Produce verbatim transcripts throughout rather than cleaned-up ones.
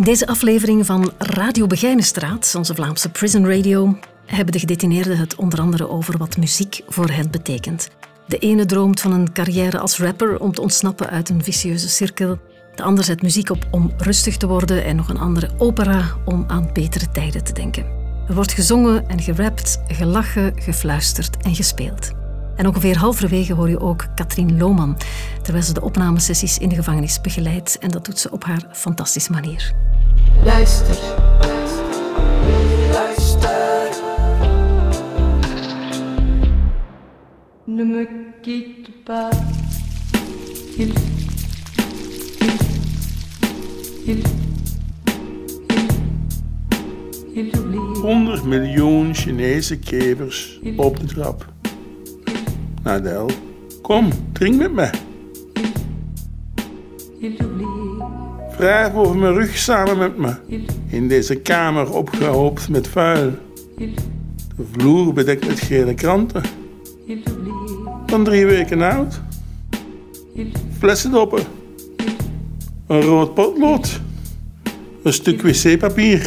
In deze aflevering van Radio Begijnenstraat, onze Vlaamse prison radio, hebben de gedetineerden het onder andere over wat muziek voor hen betekent. De ene droomt van een carrière als rapper om te ontsnappen uit een vicieuze cirkel. De ander zet muziek op om rustig te worden en nog een andere opera om aan betere tijden te denken. Er wordt gezongen en gerapt, gelachen, gefluisterd en gespeeld. En ongeveer halverwege hoor je ook Katrien Lohman, terwijl ze de opnamesessies in de gevangenis begeleidt. En dat doet ze op haar fantastische manier. Luister. Luister. Ne me quitte pas. Il, il, il, il oublie. honderd miljoen Chinese kevers op de trap. Nadel, kom, drink met me. Wrijf over mijn rug samen met me. In deze kamer opgehoopt met vuil. De vloer bedekt met gele kranten. Van drie weken oud. Flessendoppen. Een rood potlood. Een stuk wc-papier.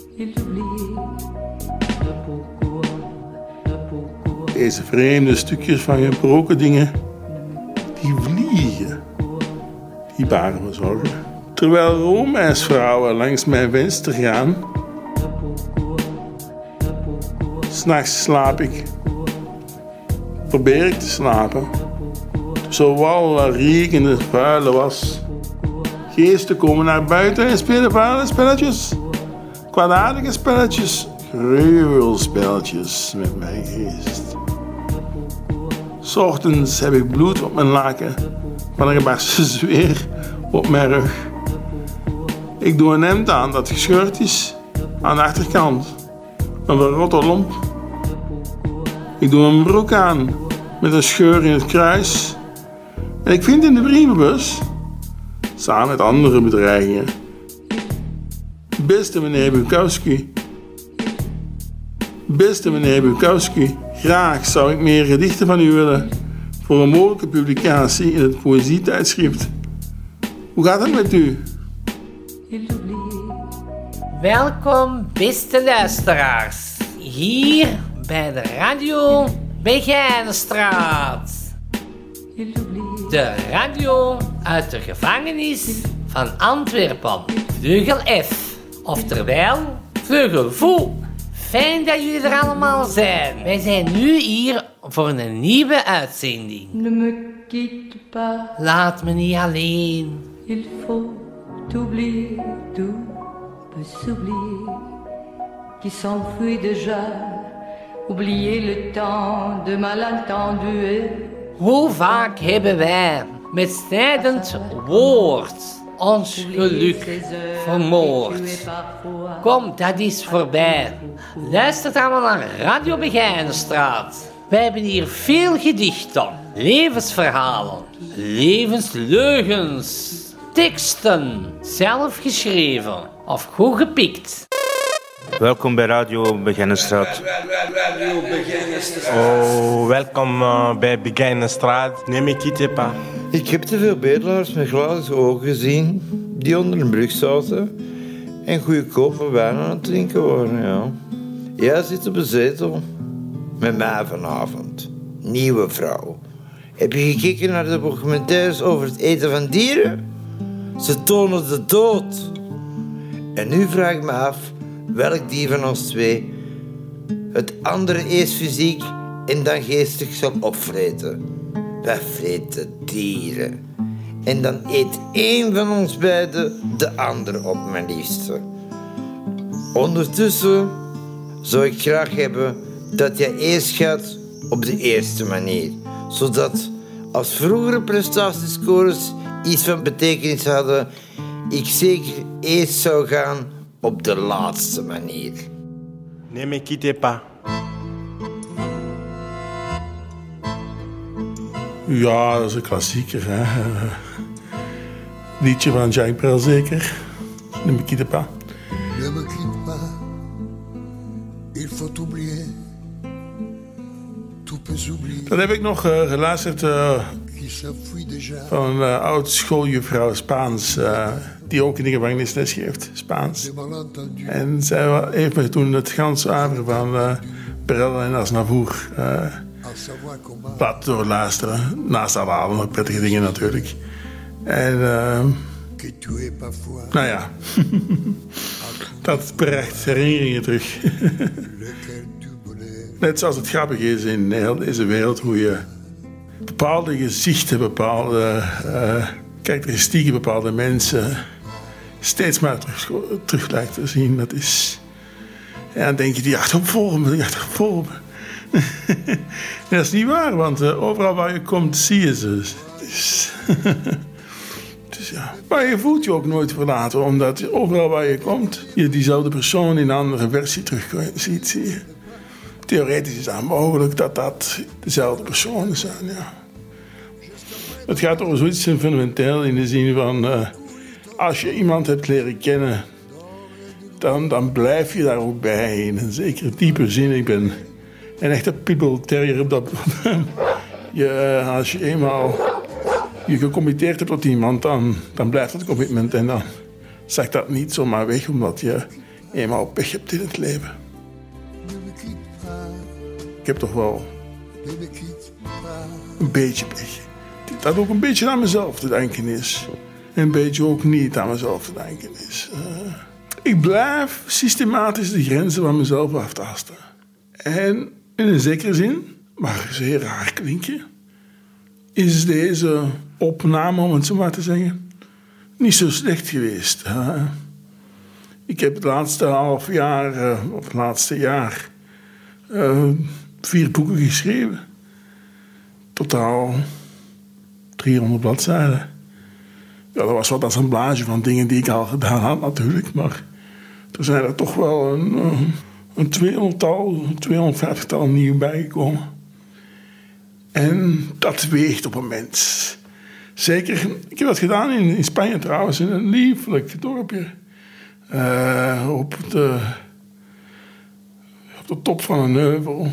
Deze vreemde stukjes van gebroken dingen, die vliegen, die baren me zorgen. Terwijl roomijsvrouwen langs mijn venster gaan, 's nachts slaap ik. Probeer ik te slapen, zo wallen, riekende, vuile was. Geesten komen naar buiten en spelen vuile spelletjes, kwaadaardige spelletjes, gruwelspelletjes met mijn geest. 's Ochtends heb ik bloed op mijn laken van een gebarsten zweer op mijn rug. Ik doe een hemd aan dat gescheurd is aan de achterkant. Een verrotte lomp. Ik doe een broek aan met een scheur in het kruis. En ik vind in de brievenbus, samen met andere bedreigingen, beste meneer Bukowski. Beste meneer Bukowski, graag zou ik meer gedichten van u willen voor een mogelijke publicatie in het poëzietijdschrift. Hoe gaat het met u? Welkom, beste luisteraars, hier bij de Radio Begijnenstraat. De radio uit de gevangenis van Antwerpen, Vleugel F, oftewel Vleugel Fou. Fijn dat jullie er allemaal zijn. Wij zijn nu hier voor een nieuwe uitzending. Ne me quitte pas. Laat me niet alleen. Il faut oublier, tout peut s'oublier. Qui s'enfuit déjà. Oublier le temps de malentendu. Hoe vaak hebben wij met snijdend woord ons geluk vermoord? Kom, dat is voorbij. Luister allemaal naar Radio Begijnenstraat. Wij hebben hier veel gedichten, levensverhalen, levensleugens, teksten, zelf geschreven of goed gepikt. Welkom bij Radio Begijnenstraat. Oh, welkom uh, bij Begijnenstraat. Ne me quitte pas. Ik heb te veel bedelaars met glazen ogen gezien die onder een brug zaten en goedkope wijn aan het drinken waren, ja. Jij zit op een zetel met mij vanavond. Nieuwe vrouw. Heb je gekeken naar de documentaires over het eten van dieren? Ze tonen de dood. En nu vraag ik me af welk dier van ons twee het andere eerst fysiek en dan geestig zal opvreten. Wij vreten dieren. En dan eet één van ons beiden de ander op, mijn liefste. Ondertussen zou ik graag hebben dat jij eerst gaat op de eerste manier. Zodat als vroegere prestatiescores iets van betekenis hadden, ik zeker eerst zou gaan op de laatste manier. Ne me quitte pas. Ja, dat is een klassieker, hè. Liedje van Jacques Brel zeker. Ne me quitte pas. Ne me quitte pas. Il faut oublier. Tout peut s'oublier. Dan heb ik nog uh, geluisterd uh, van een uh, oud schooljuffrouw Spaans, uh, die ook in de gevangenis les geeft, Spaans. En zij heeft me toen het ganse avond van uh, Brel en Aznavour uh, laten doorluisteren. Naast alle andere prettige dingen natuurlijk. En uh, nou ja, dat brengt herinneringen terug. Net zoals het grappig is in heel deze wereld hoe je bepaalde gezichten, bepaalde uh, karakteristieken, bepaalde mensen steeds maar terug, terug lijkt te zien. Dat is... En dan denk je, die achtervolgen me, die achtervolgen me. Dat is niet waar, want uh, overal waar je komt, zie je ze. Dus, dus ja. Maar je voelt je ook nooit verlaten, omdat overal waar je komt, je diezelfde persoon in een andere versie terug ziet, zie je. Theoretisch is het mogelijk dat dat dezelfde personen zijn, ja. Het gaat over zoiets fundamenteel in de zin van... Uh, als je iemand hebt leren kennen, dan, dan blijf je daar ook bij. In een zekere diepe zin. Ik ben een echte pitbull terrier op dat je, als je eenmaal je gecommitteerd hebt tot iemand, dan, dan blijft dat commitment. En dan zakt dat niet zomaar weg, omdat je eenmaal pech hebt in het leven. Ik heb toch wel een beetje pech. Dat ook een beetje aan mezelf te denken is. Een beetje ook niet aan mezelf te denken is. Uh, ik blijf systematisch de grenzen van mezelf aftasten. En in een zekere zin, maar zeer raar klinken, is deze opname, om het zo maar te zeggen, niet zo slecht geweest. Uh, ik heb het laatste half jaar, uh, of het laatste jaar, uh, vier boeken geschreven. Totaal driehonderd bladzijden. Ja, dat was wat assemblage van dingen die ik al gedaan had natuurlijk. Maar er zijn er toch wel een, een tweehonderdtal, tweehonderdvijftigtal nieuw bijgekomen. En dat weegt op een mens. Zeker, ik heb dat gedaan in, in Spanje trouwens, in een lieflijk dorpje. Uh, op, de, op de top van een heuvel.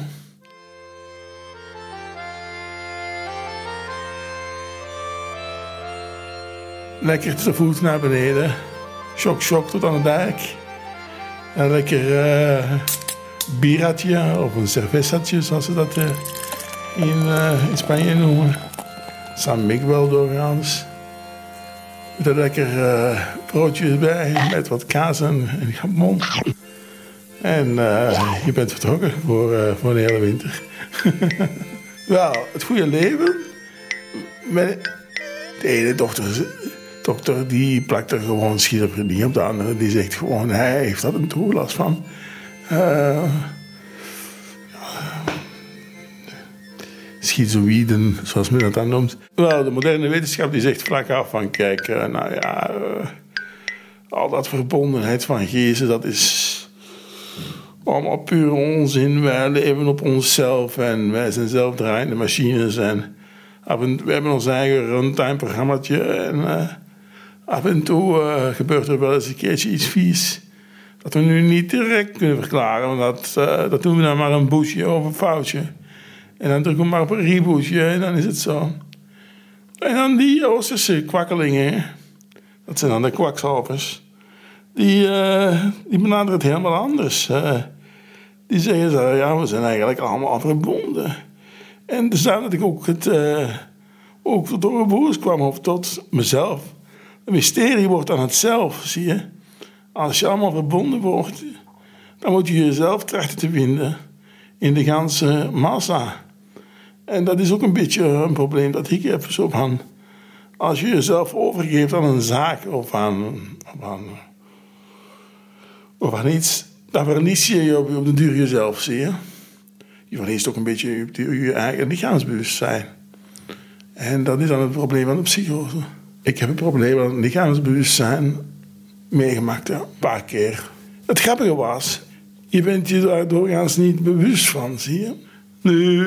Lekker te voet naar beneden. Sjok, sjok tot aan de dijk. En lekker uh, bieratje of een cervezatje, zoals ze dat uh, in, uh, in Spanje noemen. San Miguel doorgaans. Met een lekker uh, broodje bij, met wat kaas en, en jamon. En uh, je bent vertrokken voor, uh, voor de hele winter. Wel, het goede leven. Mijn, de ene dochter... dokter die plakt er gewoon schizofrenie op, de andere die zegt gewoon hij heeft dat een toelast van. Uh, schizoïden, zoals men dat dan noemt. Wel, de moderne wetenschap die zegt vlak af van kijk, uh, nou ja, uh, al dat verbondenheid van geesten, dat is allemaal puur onzin. Wij leven op onszelf en wij zijn zelfdraaiende machines en af en, we hebben ons eigen runtime-programmaatje en uh, af en toe uh, gebeurt er wel eens een keertje iets vies. Dat we nu niet direct kunnen verklaren. Want dat, uh, dat doen we dan maar een boetje of een foutje. En dan drukken we maar op een rebootje en dan is het zo. En dan die Oosterse kwakkelingen. Dat zijn dan de kwakzalvers. Die, uh, die benaderen het helemaal anders. Uh, die zeggen zo, ja, we zijn eigenlijk allemaal verbonden. En dus daar dat ik ook, het, uh, ook tot overboers kwam, of tot mezelf. Een mysterie wordt dan het zelf, zie je. Als je allemaal verbonden wordt, dan moet je jezelf trachten te vinden in de ganse massa. En dat is ook een beetje een probleem dat ik heb. Zo van, als je jezelf overgeeft aan een zaak of aan, of aan, of aan iets, dan verlies je je op, op de duur jezelf, zie je. Je verliest ook een beetje je, je eigen lichaamsbewustzijn. En dat is dan het probleem van de psychose. Ik heb een probleem van het lichaamsbewustzijn meegemaakt, ja, een paar keer. Het grappige was, je bent je daar doorgaans niet bewust van, zie je. Nu,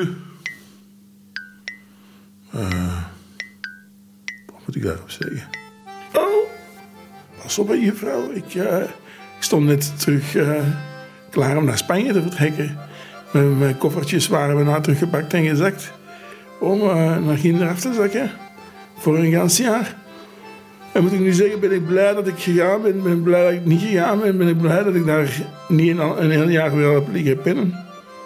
uh, wat moet ik daarop zeggen? Oh, pas op, juffrouw. Ik, uh, ik stond net terug uh, klaar om naar Spanje te vertrekken. Mijn, mijn koffertjes waren we nou teruggepakt en gezakt. om uh, naar kinderen af te zakken voor een gans jaar. En moet ik nu zeggen, ben ik blij dat ik gegaan ben, ben ik blij dat ik niet gegaan ben, ben ik blij dat ik daar niet een, een heel jaar weer heb liggen pennen.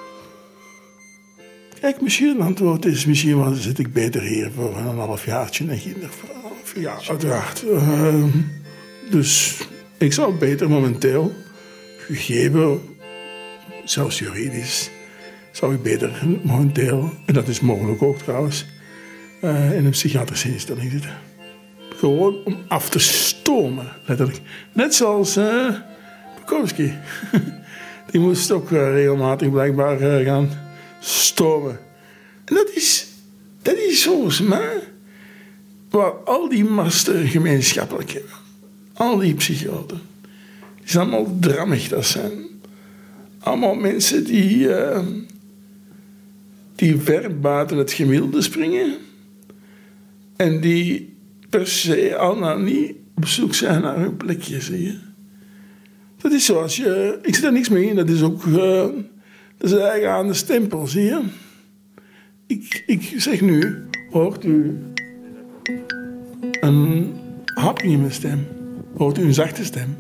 Kijk, misschien een antwoord is, misschien wel zit ik beter hier voor een halfjaartje en kinderen voor een half jaar, uiteraard. Uh, dus ik zou beter momenteel, gegeven, zelfs juridisch, zou ik beter momenteel, en dat is mogelijk ook trouwens, uh, in een psychiatrische instelling zitten. Gewoon om af te stomen, letterlijk. Net zoals uh, Bukowski. Die moest ook uh, regelmatig blijkbaar uh, gaan stomen. En dat is, dat is volgens mij waar al die masten gemeenschappelijk hebben. Al die psychoten. Die zijn allemaal drammig, dat zijn. Allemaal mensen die, uh, die ver buiten het gemiddelde springen. En die per se al nou niet op zoek zijn naar hun plekje, zie je. Dat is zoals je... Ik zit er niks mee in, dat is ook... Uh, dat is eigen aan de stempel, zie je. Ik, ik zeg nu, hoort u een hapje in mijn stem? Hoort u een zachte stem?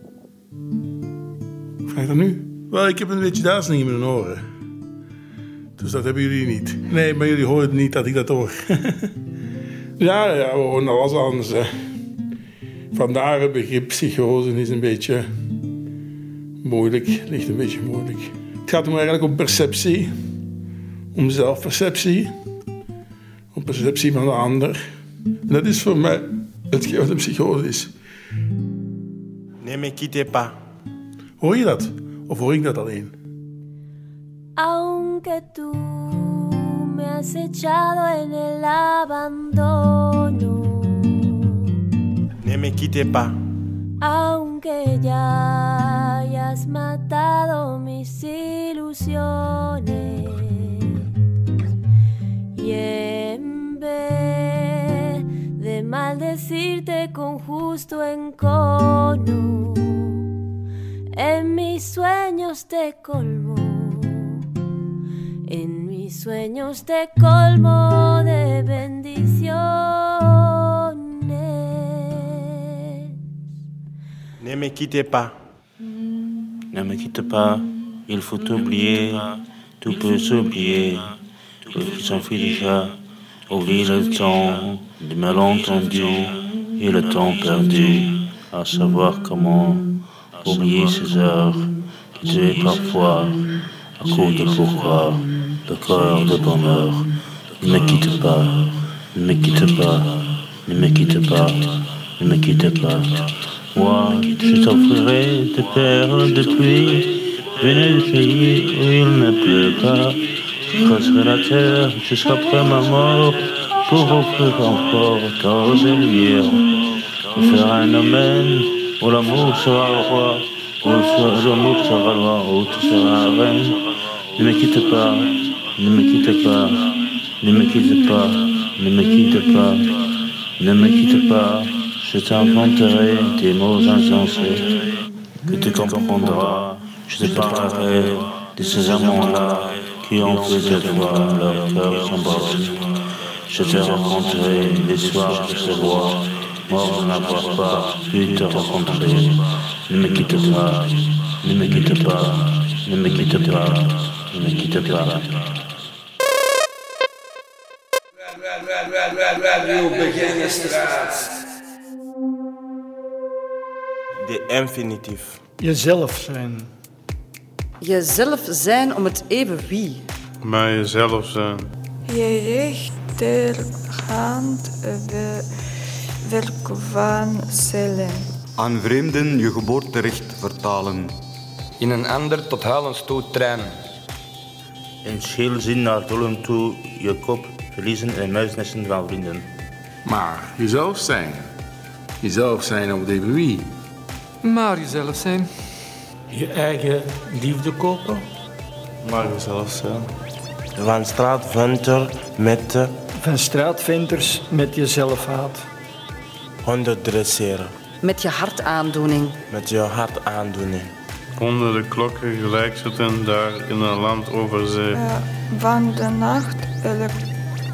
Vraag dat nu. Wel, ik heb een beetje duizeling in mijn oren. Dus dat hebben jullie niet. Nee, maar jullie horen niet dat ik dat hoor. Ja, ja, gewoon alles anders. Hè. Vandaar het begrip psychose is een beetje moeilijk, ligt een beetje moeilijk. Het gaat om eigenlijk om perceptie, om zelfperceptie, om perceptie van de ander. En dat is voor mij hetgeen wat een psychose is. Ne me quitte pas. Hoor je dat? Of hoor ik dat alleen? Aunque tú me has echado en el abandono. Ne me quitte pas. Aunque ya hayas matado mis ilusiones. Y en vez de maldecirte con justo encono, en mis sueños te colmo. En mis sueños te colmo de bendiciones. Ne me quitte pas. Ne me quitte pas, il faut oublier, tout peut s'oublier. Il s'enfuit déjà, oublie le temps du malentendu et le temps perdu, à savoir comment oublier ces heures qui tuaient parfois à cause de pourquoi. Le corps de bonheur, ne me quitte pas, ne me quitte pas, ne me quitte pas, ne me quitte pas. Moi, je t'offrirai des perles de pluie, venues du pays où il ne pleut pas. Je creuserai la terre jusqu'après ma mort pour offrir encore d'or et lumière. Je ferai un domaine où l'amour sera le roi, où l'amour sera loi, où tu seras reine. Ne me quitte pas. Ne me quitte pas, ne me quitte pas, ne me quitte pas, ne me quitte pas. Je t'inventerai des mots insensés que tu comprendras. Je te parlerai de ces amants-là qui ont fait de toi leur cœur s'embrasse. Je te raconterai l'histoire de ce roi, mort n'avoir pas pu te rencontrer. Ne me quitte pas, ne me quitte pas, ne me quitte pas, ne me quitte pas. Radio Beginnestraat. De infinitief. Jezelf zijn. Jezelf zijn om het even wie. Maar jezelf zijn. Je rechterhand werk van cellen. Aan vreemden je geboorterecht vertalen. In een ander tot huilens toe trainen. In scheelzin naar dollen toe je kop verliezen en muisnesten van vrienden. Maar jezelf zijn. Jezelf zijn om het even wie. Maar jezelf zijn. Je eigen liefde kopen. Maar jezelf zijn. Van straatventer met de... Van straatventers met je zelfhaat. Honden dresseren. Met je hartaandoening. Met je hartaandoening. Onder de klokken gelijk zitten daar in een land over zee. Uh, van de nacht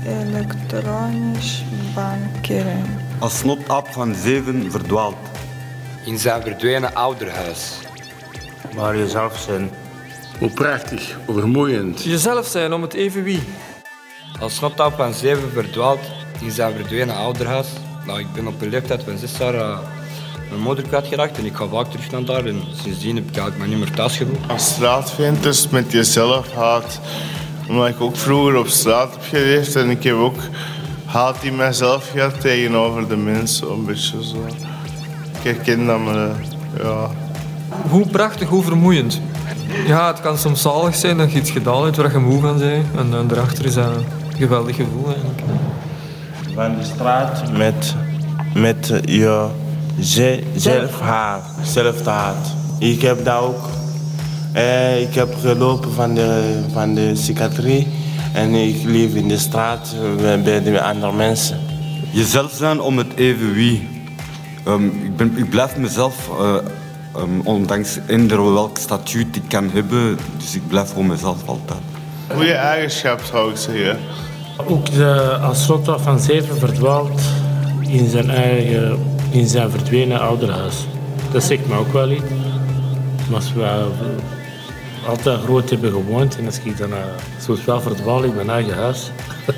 elektronisch bankeren. Als notaap van zeven verdwaalt. In zijn verdwenen ouderhuis. Maar jezelf zijn. Hoe prachtig, hoe vermoeiend. Jezelf zijn om het even wie. Als notaap van zeven verdwaalt in zijn verdwenen ouderhuis. Nou, ik ben op een leeftijd van zes jaar uh, mijn moeder kwijtgeraakt en ik ga vaak terug naar daar. En sindsdien heb ik eigenlijk me niet meer thuis gevoeld. Als straatventers met jezelf haat. Omdat ik ook vroeger op straat heb geleefd en ik heb ook haat in mezelf gehad tegenover de mensen. Een beetje zo. Ik herken dat, maar ja. Hoe prachtig, hoe vermoeiend. Ja, het kan soms zalig zijn dat je iets gedaan hebt waar je moe van bent. En dan daarachter is dat een geweldig gevoel eigenlijk. Van de straat met, met je ze, zelfhaat, zelfhaat. Ik heb dat ook. Eh, ik heb gelopen van de, van de psychiatrie en ik leef in de straat bij de andere mensen. Jezelf zijn om het even wie. Um, ik, ben, ik blijf mezelf, uh, um, ondanks eender welk statuut ik kan hebben, dus ik blijf voor mezelf altijd. Goeie eigenschap zou ik zeggen. Ook de, als Rotwa van Zeven verdwaalt in zijn eigen, in zijn verdwenen ouderhuis. Dat zegt me ook wel iets. Maar als we altijd groot hebben gewoond en als ik dan uh, soms wel verdwaal in mijn eigen huis.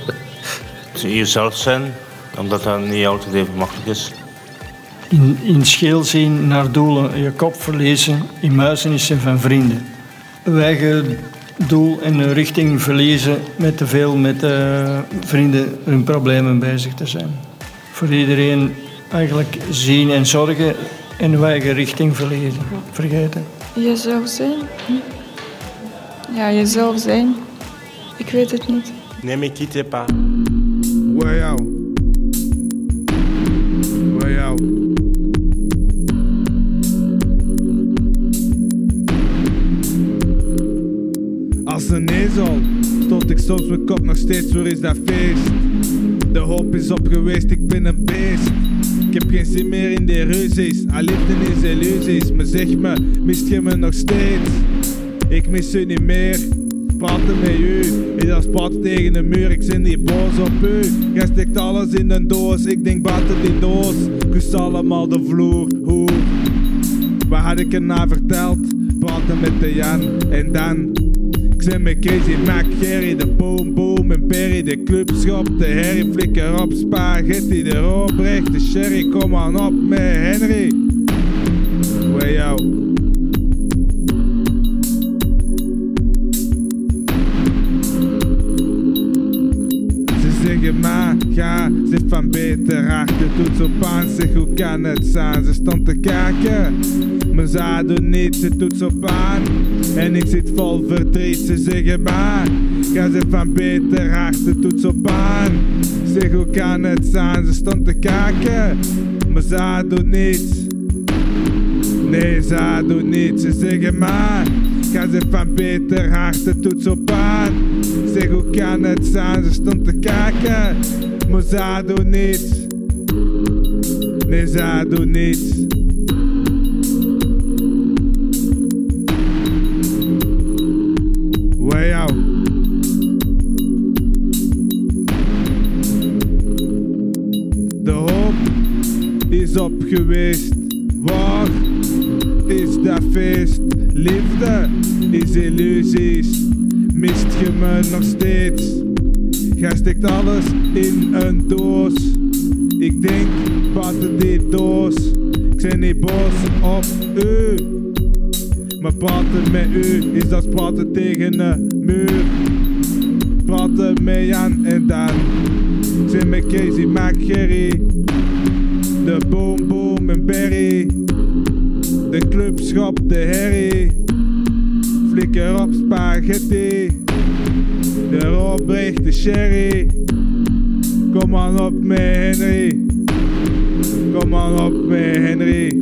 Jezelf zijn, omdat dat niet altijd even makkelijk is. In, in scheel zien naar doelen, je kop verlezen in muizenissen van vrienden. Eigen doel en een richting verliezen met te veel met uh, vrienden hun problemen bezig te zijn. Voor iedereen eigenlijk zien en zorgen en uw eigen richting verliezen, vergeten. Jezelf zijn? Ja, jezelf zijn. Ik weet het niet. Ne me quitte pas. Wow. Wow. Als een ezel stoot ik soms mijn kop nog steeds, waar is dat feest? De hoop is op geweest, ik ben een beest. Ik heb geen zin meer in die ruzies, al liefde is illusies. Maar zeg me, mist je me nog steeds? Ik mis u niet meer, praten met u is als praten tegen de muur, ik ben niet boos op u. Jij steekt alles in een doos, ik denk buiten die doos. Kus allemaal de vloer, hoe? Wat had ik erna verteld? Praten met de Jan en dan. Ik ben met Casey, Mac, Gerry, de Boom Boom en Perry, de clubschop, de herrie, flikker op, spaghetti, de Robrecht, de sherry, kom aan op met Henry. Way jou. Ze zeggen maar, ga, zit van beter hard, de toets op aan, zeg hoe kan het zijn, ze stond te kijken. Maar ze doen niets, ze doet op aan. En ik zit vol verdriet, ze zeggen maar. Ga ze van beter hart, ze doet op aan. Zeg hoe kan het zijn, ze stond te kijken. Maar ze doen niets. Nee, ze doen niets, ze zeggen maar. Ga ze van beter hart, ze doet op aan. Zeg hoe kan het zijn, ze stond te kijken. Maar ze doen niets. Nee, ze doen niets. Wow. De hoop is op geweest. Waar is dat feest? Liefde is illusies. Mist je me nog steeds? Jij steekt alles in een doos. Ik denk buiten die doos. Ik ben niet boos op u. Maar praten met u is als praten tegen een muur. Praten met Jan en Dan. Ik ben met Casey, Mac, Gerry. De Boom Boom en Berry. De clubschop, de herrie. Flikker op, spaghetti. De Robrecht, de sherry. Kom aan op met Henry. Kom aan op met Henry.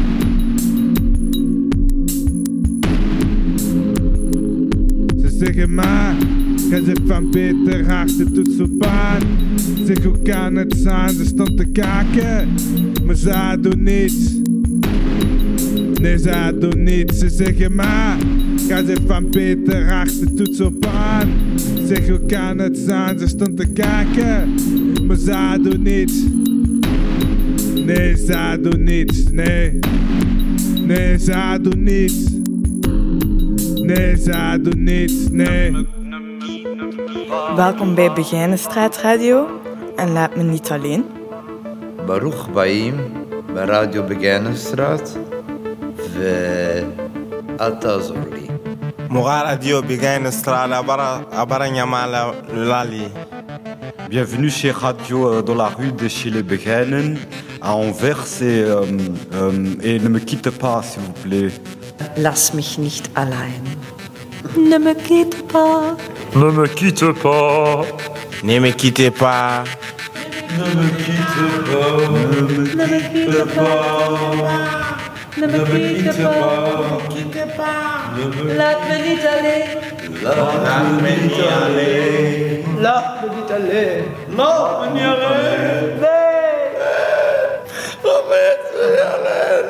Zeg maar, jij zit van beter hart, de toets op aan. Zeg hoe kan het zijn, ze stond te kijken. Maar ze doen niets. Nee, ze doen niets, ze zeggen maar. Ga ze van Peter Hart de toets op aan. Zeg hoe kan het zijn, ze stond te kijken. Maar zij doet niets. Nee, zij doet niets, nee. Nee, zij doet niets. Nee, zij doet niets, nee. Welkom bij Begijnenstraat Radio en laat me niet alleen. Baruch Baim, bij Radio Begijnenstraat. Ve Atazorli. Mora Radio Begijnenstraat, Abara Abara Nyamala Lali. Bienvenue chez Radio dans la rue de chez les Begijnen à Anvers et, euh, euh, et ne me quitte pas s'il vous plaît. Lass mich nicht allein. Ne me quitte pas. Ne me quitte pas. Ne me quittez pas. Ne me quitte pas. Ne me quitte pas. Ne me quitte pas. Laat me niet alleen. Laat me niet alleen. Laat me niet alleen. Laat me niet alleen. Nee. Laat me niet alleen.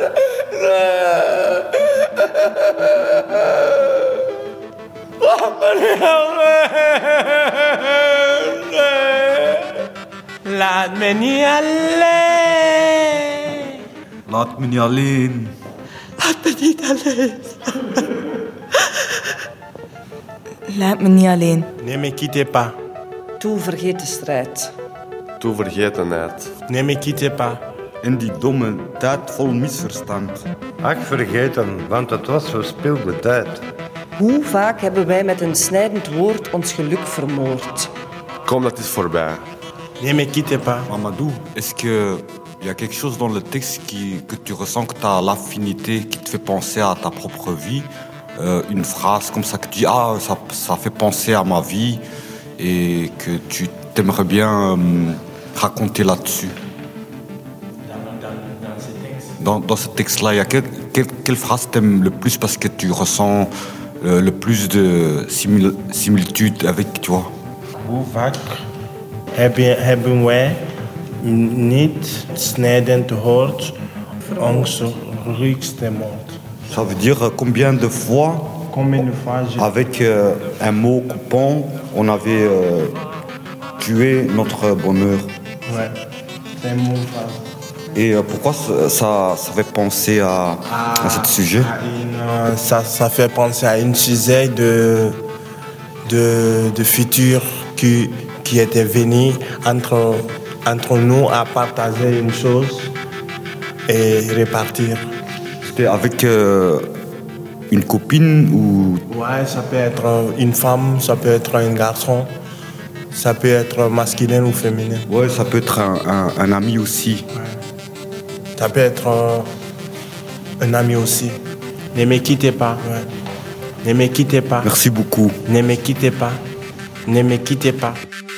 Laat me niet alleen. Laat me niet alleen. Laat me niet alleen. Laat me niet alleen. Laat me niet alleen. Ne me quittez pas. Toe vergeet de strijd. Toe vergetenheid. Ne me quittez pas. In die domme tijd vol misverstand. Ach, vergeten, want het was verspilde tijd. Hoe vaak hebben wij met een snijdend woord ons geluk vermoord? Kom, dat is voorbij. Ne me quittez pas. Mamadou, est-ce que il y a quelque chose dans le texte qui, que tu ressens que tu as l'affinité qui te fait penser à ta propre vie? Euh, une phrase comme ça que tu dis, ah, ça, ça fait penser à ma vie et que tu t'aimerais bien euh, raconter là-dessus. Dans, dans ce texte-là, il y a quelle, quelle, quelle phrase t'aimes le plus parce que tu ressens le, le plus de simil, similitude avec, tu vois? Hoe vaak hebben, hebben wij niet snijdend woord onze ruigste mond? Ça veut dire combien de fois, combien de fois je... avec euh, un mot coupant, on avait euh, tué notre bonheur. Ouais, c'est un mot phrase. Et euh, pourquoi ça, ça, ça fait penser à, à, à ce sujet? Une, euh, ça, ça fait penser à un sujet de, de, de futur qui, qui était venu entre, entre nous à partager une chose et repartir. C'était avec euh, une copine ou... Ouais, ça peut être une femme, ça peut être un garçon, ça peut être masculin ou féminin. Ouais, ça peut être un, un, un ami aussi. Ouais. Ça peut être euh, un ami aussi. Ne me quittez pas. Ouais. Ne me quittez pas. Merci beaucoup. Ne me quittez pas. Ne me quittez pas.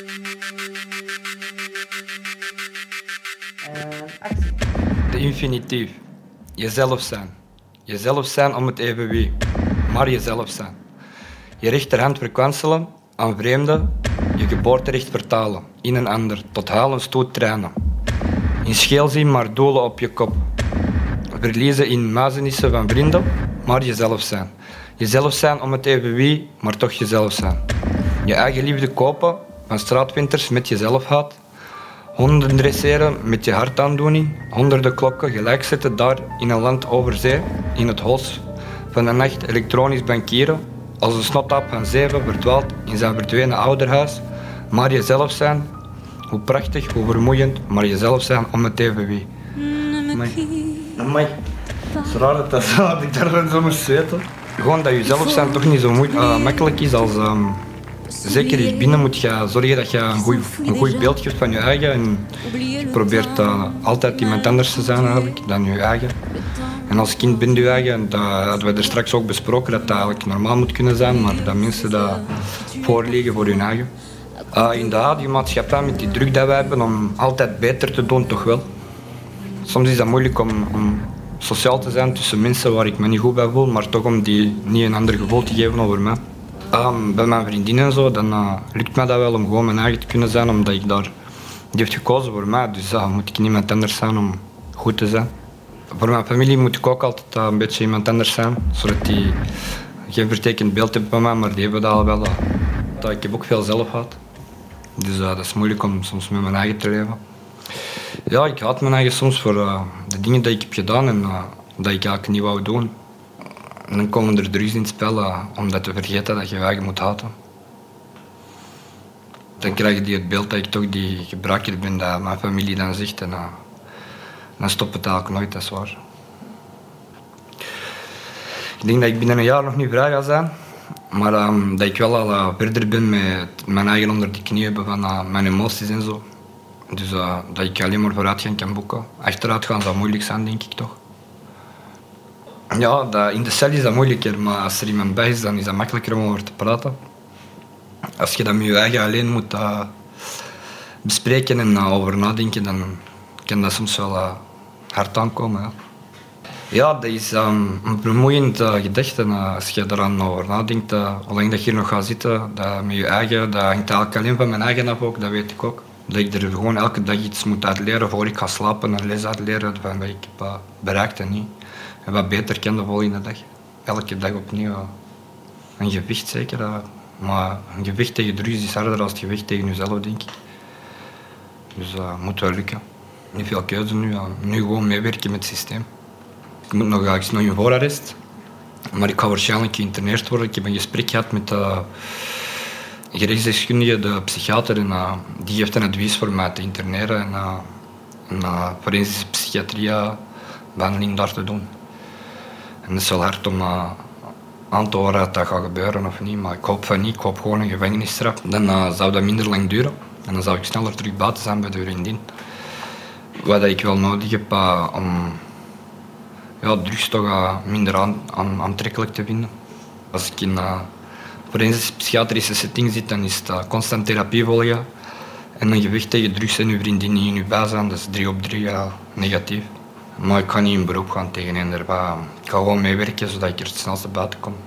De infinitief. Jezelf zijn. Jezelf zijn om het even wie. Maar jezelf zijn. Je rechterhand verkwanselen aan vreemden. Je geboorterecht vertalen. In een ander. Tot huilen stoot trainen. In scheel zien maar dolen op je kop. Verliezen in muizenissen van vrienden. Maar jezelf zijn. Jezelf zijn om het even wie. Maar toch jezelf zijn. Je eigen liefde kopen. Van straatwinters met jezelf haat. Honden dresseren met je hartaandoening. Honderden klokken gelijk zetten daar in een land over zee. In het hols van de nacht elektronisch bankieren. Als een snotaap van zeven verdwaalt in zijn verdwenen ouderhuis. Maar jezelf zijn. Hoe prachtig, hoe vermoeiend. Maar jezelf zijn om het even wie. Amai. Het is raar dat, dat, dat ik daar zo moest zweten. Gewoon dat jezelf zijn toch niet zo moeilijk, uh, makkelijk is als... Um, Zeker hier binnen moet je zorgen dat je een goed, een goed beeld geeft van je eigen. En je probeert uh, altijd iemand anders te zijn eigenlijk dan je eigen. En als kind ben je eigen, dat hadden we er straks ook besproken, dat dat eigenlijk normaal moet kunnen zijn, maar dat mensen dat voorliggen voor hun eigen. Uh, inderdaad, die maatschappij met die druk dat wij hebben om altijd beter te doen, toch wel. Soms is dat moeilijk om, om sociaal te zijn tussen mensen waar ik me niet goed bij voel, maar toch om die niet een ander gevoel te geven over mij. Um, bij mijn vriendin en zo, dan uh, lukt mij dat wel om gewoon mijn eigen te kunnen zijn, omdat ik daar... Die heeft gekozen voor mij, dus uh, moet ik niemand anders zijn om goed te zijn. Voor mijn familie moet ik ook altijd uh, een beetje iemand anders zijn, zodat die geen vertekend beeld hebben van mij, maar die hebben dat al wel. Dat, ik heb ook veel zelf gehad. Dus uh, dat is moeilijk om soms met mijn eigen te leven. Ja, ik haat mijn eigen soms voor uh, de dingen die ik heb gedaan en uh, dat ik eigenlijk niet wou doen. En dan komen er drugs in het spel uh, om dat te vergeten dat je je eigen moet haten. Dan krijg je die het beeld dat ik toch die gebruiker ben, dat mijn familie dan zegt. En uh, dan stopt het eigenlijk nooit, dat is waar. Ik denk dat ik binnen een jaar nog niet vrij ga zijn. Maar um, dat ik wel al uh, verder ben met mijn eigen onder de knie hebben van uh, mijn emoties en zo. Dus uh, dat ik alleen maar vooruitgang kan boeken. Achteruit gaan zou moeilijk zijn, denk ik toch. Ja, dat, in de cel is dat moeilijker, maar als er iemand bij is, dan is dat makkelijker om over te praten. Als je dat met je eigen alleen moet uh, bespreken en uh, over nadenken, dan kan dat soms wel uh, hard aankomen. Ja. Ja, dat is um, een vermoeiend uh, gedachte. Uh, als je eraan over nadenkt, uh, hoe lang dat je hier nog gaat zitten, dat met je eigen, dat hangt eigenlijk alleen van mijn eigen af ook, dat weet ik ook. Dat ik er gewoon elke dag iets moet uitleren voor ik ga slapen en les uitleren van wat ik heb uh, bereikt en niet. En wat beter kan de volgende dag. Elke dag opnieuw. Uh, een gewicht zeker, uh, maar een gewicht tegen drugs is harder dan het gewicht tegen jezelf, denk ik. Dus dat uh, moet wel lukken. Niet veel keuze nu, uh, nu gewoon meewerken met het systeem. Ik moet nog, ik zit nog in voorarrest, maar ik ga waarschijnlijk geïnterneerd worden. Ik heb een gesprek gehad met de gerechtsdeskundige, de psychiater, en uh, die heeft een advies voor mij te interneren en uh, een uh, forensische psychiatrie behandeling daar te doen. En het is wel hard om uh, aan te horen dat dat gaat gebeuren of niet, maar ik hoop van niet. Ik hoop gewoon een gevangenisstraf. Dan uh, zou dat minder lang duren en dan zou ik sneller terug buiten zijn bij de vriendin. Wat ik wel nodig heb uh, om ja, drugs toch uh, minder aan, aan, aantrekkelijk te vinden. Als ik in een uh, forensische psychiatrische setting zit, dan is het uh, constant therapie volgen. En een gewicht tegen drugs en uw vriendin niet in uw bij zijn, dat is drie op drie uh, negatief. Maar ik ga niet in beroep gaan tegen hen. Ik ga gewoon meewerken zodat ik er het snelste buiten kom.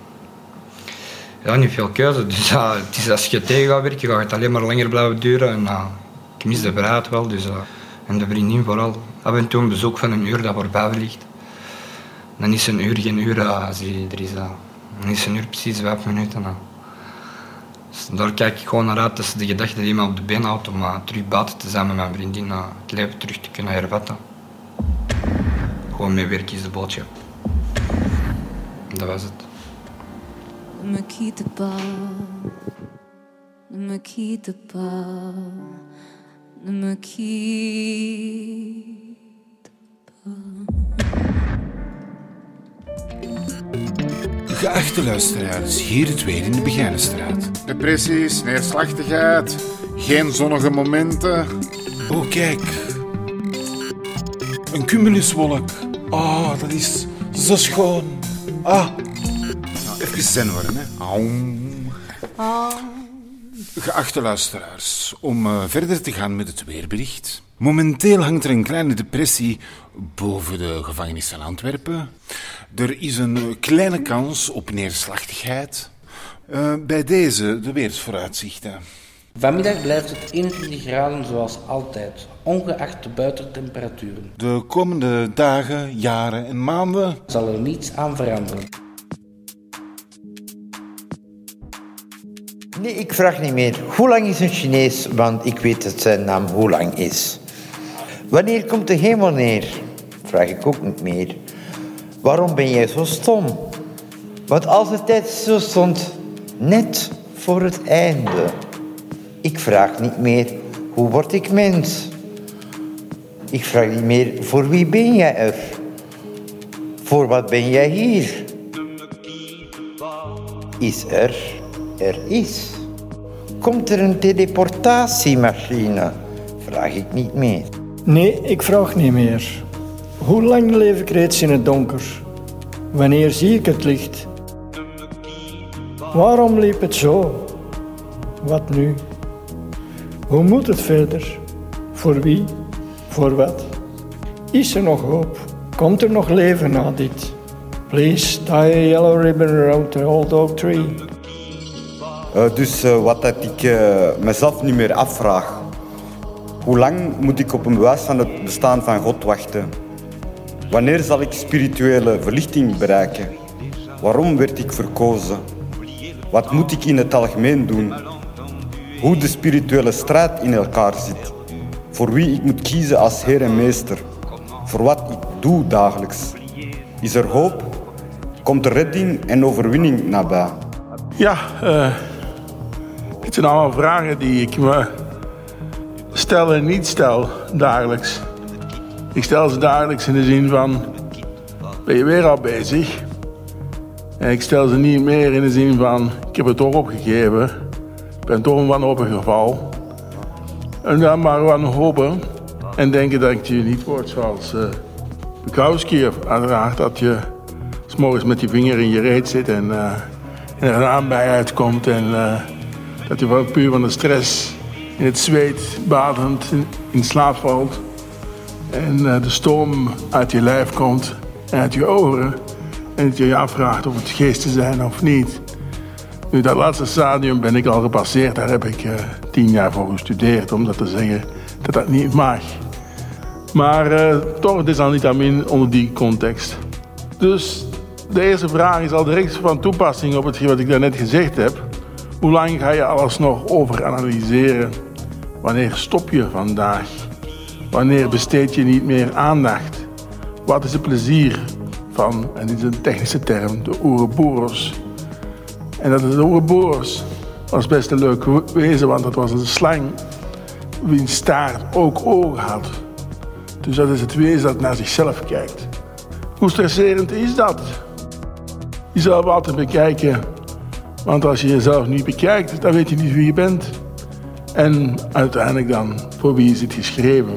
Ja, niet veel keuze. Dus uh, het is, als je tegen gaat werken, gaat het alleen maar langer blijven duren. En, uh, ik mis de vrijheid wel. Dus, uh, en de vriendin vooral. Af en toe een bezoek van een uur dat voorbij vliegt. Dan is een uur geen uur uh, als die er is. Uh, dan is een uur precies vijf minuten. Uh. Dus daar kijk ik gewoon naar uit. Dat is de gedachte die me op de been houdt om uh, terug buiten te zijn met mijn vriendin. Uh, het leven terug te kunnen hervatten. Gewoon meewerken is de boodschap. Dat was het. Ne me quitte pas, ne me quitte pas, ne me quitte pas. Geachte luisteraars, hier het weer in de Begijnenstraat. Depressies, neerslachtigheid, geen zonnige momenten. Oh, kijk. Een cumuluswolk. Ah, oh, dat is zo schoon. Ah. Nou, even zen worden, hè. Aum. Geachte luisteraars, om uh, verder te gaan met het weerbericht. Momenteel hangt er een kleine depressie boven de gevangenis van Antwerpen. Er is een kleine kans op neerslachtigheid. Uh, bij deze de weersvooruitzichten. Vanmiddag blijft het eenentwintig graden zoals altijd, ongeacht de buitentemperaturen. De komende dagen, jaren en maanden zal er niets aan veranderen. Nee, ik vraag niet meer. Hoe lang is een Chinees? Want ik weet dat zijn naam hoe lang is. Wanneer komt de hemel neer? Vraag ik ook niet meer. Waarom ben jij zo stom? Want als de tijd zo stond, net voor het einde. Ik vraag niet meer, hoe word ik mens? Ik vraag niet meer, voor wie ben jij er? Voor wat ben jij hier? Is er, er is. Komt er een teleportatiemachine? Vraag ik niet meer. Nee, ik vraag niet meer. Hoe lang leef ik reeds in het donker? Wanneer zie ik het licht? Waarom liep het zo? Wat nu? Hoe moet het verder? Voor wie? Voor wat? Is er nog hoop? Komt er nog leven na dit? Please tie a yellow ribbon around the old oak tree. Uh, dus uh, wat dat ik uh, mezelf niet meer afvraag. Hoe lang moet ik op een bewijs van het bestaan van God wachten? Wanneer zal ik spirituele verlichting bereiken? Waarom werd ik verkozen? Wat moet ik in het algemeen doen? Hoe de spirituele strijd in elkaar zit. Voor wie ik moet kiezen als heer en meester. Voor wat ik doe dagelijks. Is er hoop? Komt er redding en overwinning nabij? Ja, uh, het zijn allemaal vragen die ik me stel en niet stel dagelijks. Ik stel ze dagelijks in de zin van, ben je weer al bezig? En ik stel ze niet meer in de zin van, ik heb het toch opgegeven. Ik ben toch een wanhopigeval. En dan maar wanhopen en denken dat je niet wordt zoals uh, Bukowski. Of uiteraard dat je 's morgens met je vinger in je reet zit en, uh, en er een aanbij uitkomt. En uh, dat je van, puur van de stress in het zweet badend in, in slaap valt. En uh, de stoom uit je lijf komt en uit je oren. En dat je je afvraagt of het geesten zijn of niet. Nu, dat laatste stadium ben ik al gepasseerd. Daar heb ik uh, tien jaar voor gestudeerd om dat te zeggen dat dat niet mag. Maar uh, toch, het is al niet aan min onder die context. Dus de eerste vraag is al direct van toepassing op hetgeen wat ik daarnet gezegd heb. Hoe lang ga je alles nog overanalyseren? Wanneer stop je vandaag? Wanneer besteed je niet meer aandacht? Wat is het plezier van, en dit is een technische term, de Ouroboros? En dat is de Ouroboros was best een leuk wezen, want dat was een slang wiens staart ook ogen had. Dus dat is het wezen dat naar zichzelf kijkt. Hoe stresserend is dat? Jezelf altijd bekijken. Want als je jezelf niet bekijkt, dan weet je niet wie je bent. En uiteindelijk dan, voor wie is het geschreven?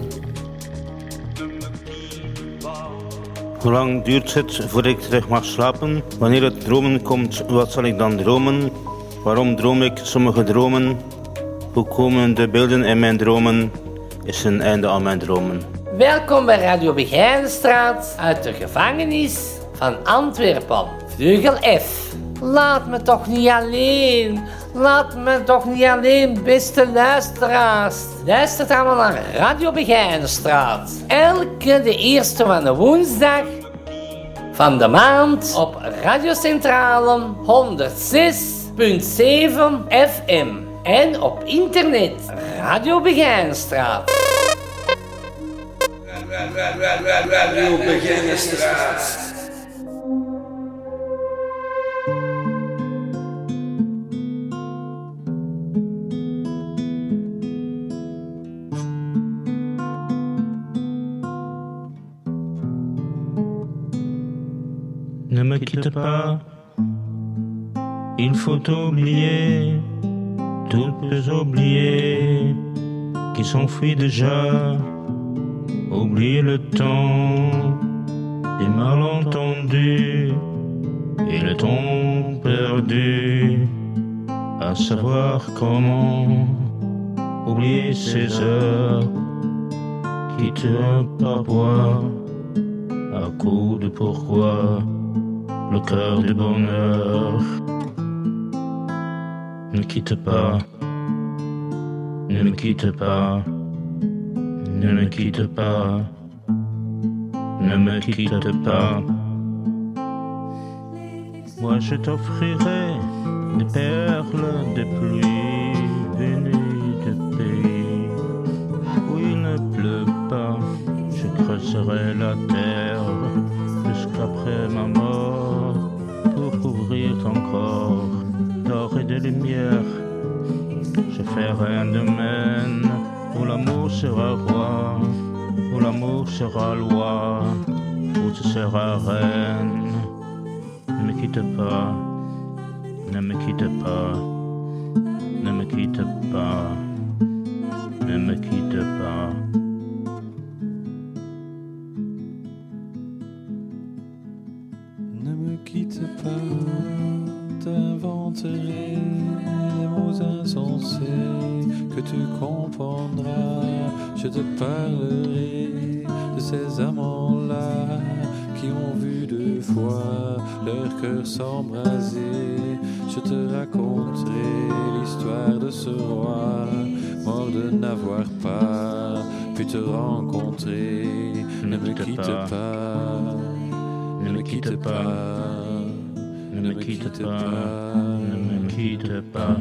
Hoe lang duurt het voordat ik terug mag slapen? Wanneer het dromen komt, wat zal ik dan dromen? Waarom droom ik sommige dromen? Hoe komen de beelden in mijn dromen? Is een einde aan mijn dromen. Welkom bij Radio Begijnenstraat uit de gevangenis van Antwerpen. Vleugel F. Laat me toch niet alleen. Laat me toch niet alleen, beste luisteraars. Luistert allemaal naar Radio Begijnenstraat. Elke de eerste van de woensdag van de maand op Radiocentrale honderdzes komma zeven F M. En op internet Radio Begijnenstraat. Radio Begijnenstraat. Ne me quitte pas, il faut oublier, tout peut oublier, qui s'enfuit déjà, oublier le temps, des malentendus, et le temps perdu, à savoir comment oublier ces heures qui tuent parfois, à coup de pourquoi. Le cœur du bonheur. Ne quitte pas, ne me quitte pas, ne me quitte pas, ne me quitte pas. Moi je t'offrirai des perles de pluie venues de pays où il ne pleut pas. Je creuserai la terre jusqu'après ma mort pour couvrir ton corps d'or et de lumière. Je ferai un domaine où l'amour sera roi, où l'amour sera loi, où tu seras reine. Ne me quitte pas, ne me quitte pas, ne me quitte pas, ne me quitte pas. Quitte pas, t'inventerai les mots insensés que tu comprendras. Je te parlerai de ces amants-là qui ont vu deux fois leur cœur s'embraser. Je te raconterai l'histoire de ce roi mort de n'avoir pas pu te rencontrer. Ne me quitte pas, ne me quitte pas. Ne ne me quitte pas, ne me quitte pas.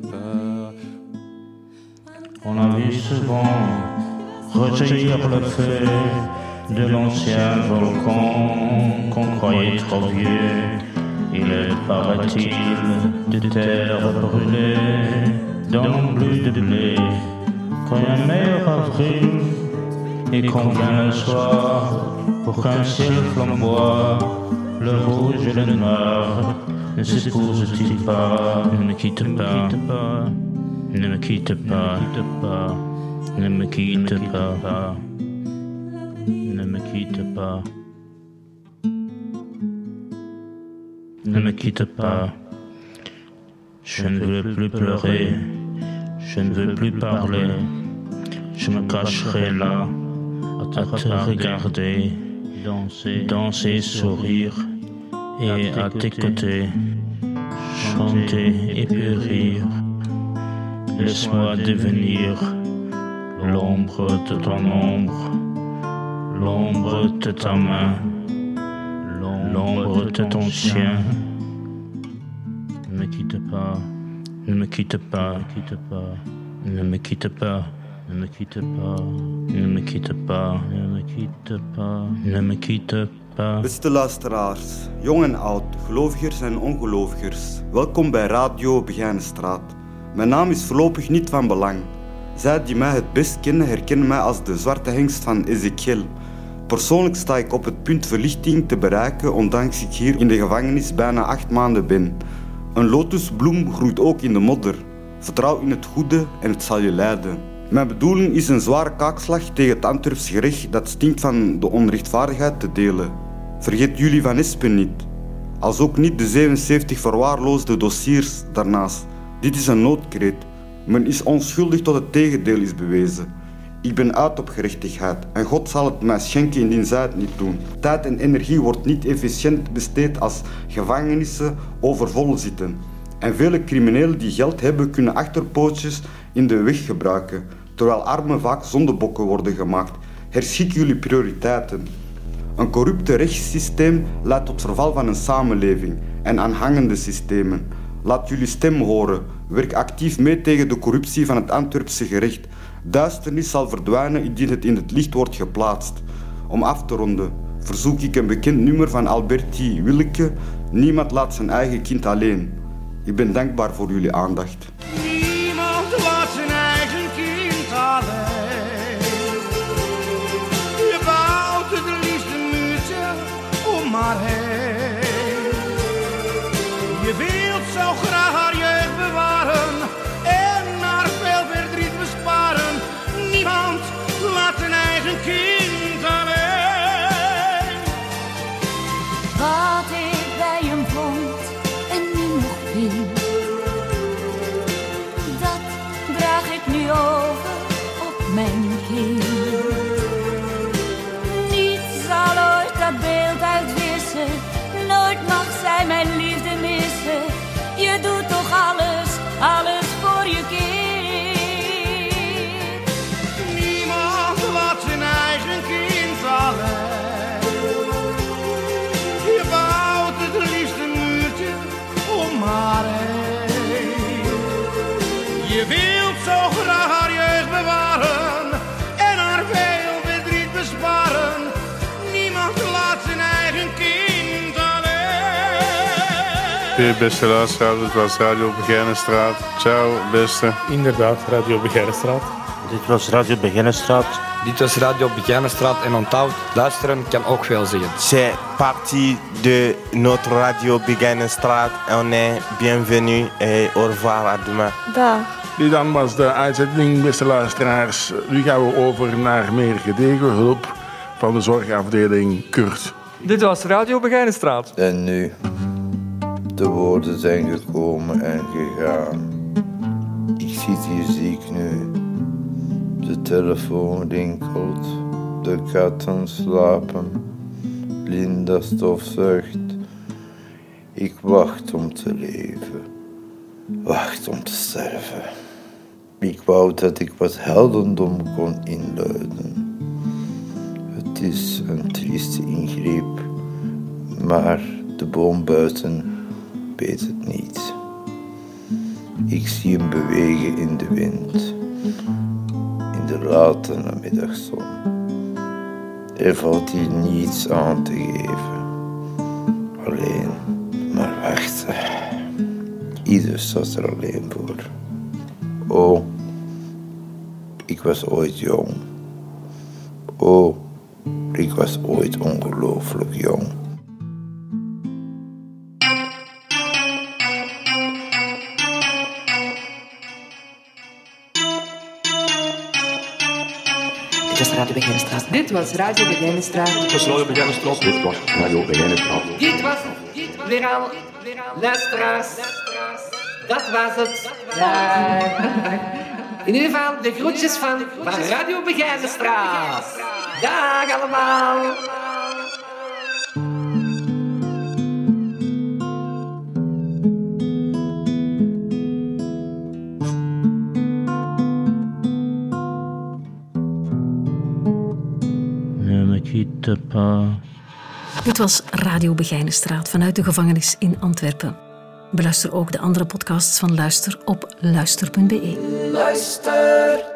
On a vu souvent rejaillir le feu de l'ancien volcan qu'on croyait trop vieux. Il est, paraît-il, de terre brûlée dans bleu de blé. Quand il y a un meilleur avril et qu'on vient le soir pour qu'un ciel flamboie, le rouge et le noir ne s'épousent-ils pas? Ne me quitte pas, ne me quitte pas, ne me quitte pas, ne me quitte pas, ne me quitte pas. Je ne veux plus pleurer, je ne veux plus parler, je me cacherai là à te regarder, danser, danser, sourire et à tes côtés, chanter et puis rire. Laisse-moi devenir l'ombre de ton ombre, l'ombre de ta main, l'ombre de ton chien. Ne me quitte pas, ne me quitte pas, ne me quitte pas, ne me quitte pas, ne me quitte pas, ne me quitte pas, ne me quitte pas. Beste luisteraars, jong en oud, gelovigers en ongelovigers, welkom bij Radio Begijnenstraat. Mijn naam is voorlopig niet van belang. Zij die mij het best kennen, herkennen mij als de zwarte hengst van Ezekiel. Persoonlijk sta ik op het punt verlichting te bereiken, ondanks ik hier in de gevangenis bijna acht maanden ben. Een lotusbloem groeit ook in de modder. Vertrouw in het goede en het zal je leiden. Mijn bedoeling is een zware kaakslag tegen het Antwerps gerecht dat stinkt van de onrechtvaardigheid te delen. Vergeet jullie van Espen niet. Als ook niet de zevenenzeventig verwaarloosde dossiers daarnaast. Dit is een noodkreet. Men is onschuldig tot het tegendeel is bewezen. Ik ben uit op gerechtigheid en God zal het mij schenken indien zij het niet doen. Tijd en energie wordt niet efficiënt besteed als gevangenissen overvol zitten. En vele criminelen die geld hebben kunnen achterpootjes in de weg gebruiken, terwijl armen vaak zondebokken worden gemaakt. Herschik jullie prioriteiten. Een corrupte rechtssysteem leidt tot verval van een samenleving en aanhangende systemen. Laat jullie stem horen. Werk actief mee tegen de corruptie van het Antwerpse gerecht. Duisternis zal verdwijnen indien het in het licht wordt geplaatst. Om af te ronden verzoek ik een bekend nummer van Alberti Willeke. Niemand laat zijn eigen kind alleen. Ik ben dankbaar voor jullie aandacht. Niemand laat zijn eigen kind alleen. Je bouwt het liefste muurtje om maar heen. Je wilt zo graag haar jeugd bewaren en haar veel verdriet besparen. Niemand laat zijn eigen kind alleen. Wat ik bij hem vond en nu nog vind, dat draag ik nu over op mijn kind. Niets zal ooit dat beeld uitwissen, nooit mag zij mijn liefde missen. Je doet toch alles, alles voor je kind. Niemand laat zijn eigen kind alleen. Je bouwt het liefste muurtje om haar heen. Je wilt zo graag haar jeugd bewaren en haar veel verdriet besparen. Niemand laat zijn eigen kind alleen. Hey, beste luisteraars, dit was Radio Begijnenstraat. Ciao, beste. Inderdaad, Radio Begijnenstraat. Dit was Radio Begijnenstraat. Dit was Radio Begijnenstraat en onthoud, luisteren kan ook veel zeggen. C'est partie de notre Radio Begijnenstraat. On est bienvenue et au revoir à demain. Dag. Dit dan was de uitzending, beste luisteraars. Nu gaan we over naar meer gedegen hulp van de zorgafdeling Kurt. Dit was Radio Begijnenstraat. En nu, de woorden zijn gekomen en gegaan. Ik zit hier ziek nu. De telefoon rinkelt, de katten slapen, Linda stofzuigt. Ik wacht om te leven, wacht om te sterven. Ik wou dat ik wat heldendom kon inluiden. Het is een trieste ingreep, maar de boom buiten weet het niet. Ik zie hem bewegen in de wind, in de late namiddagzon. Er valt hier niets aan te geven, alleen maar wachten. Ieder staat er alleen voor. Oh, ik was ooit jong. Oh, ik was ooit ongelooflijk jong. Dit was Radio Begijnenstraat. Dit was Radio Begijnenstraat. Dit was Radio Begijnenstraat. Dit was Radio Begijnenstraat. Dit was het. Weer al. Luisteraars. Dat was het. Ja. In ieder geval de groetjes van, van Radio Begijnenstraat. Dag allemaal. Dit was Radio Begijnenstraat vanuit de gevangenis in Antwerpen. Beluister ook de andere podcasts van Luister op luister punt be. Luister.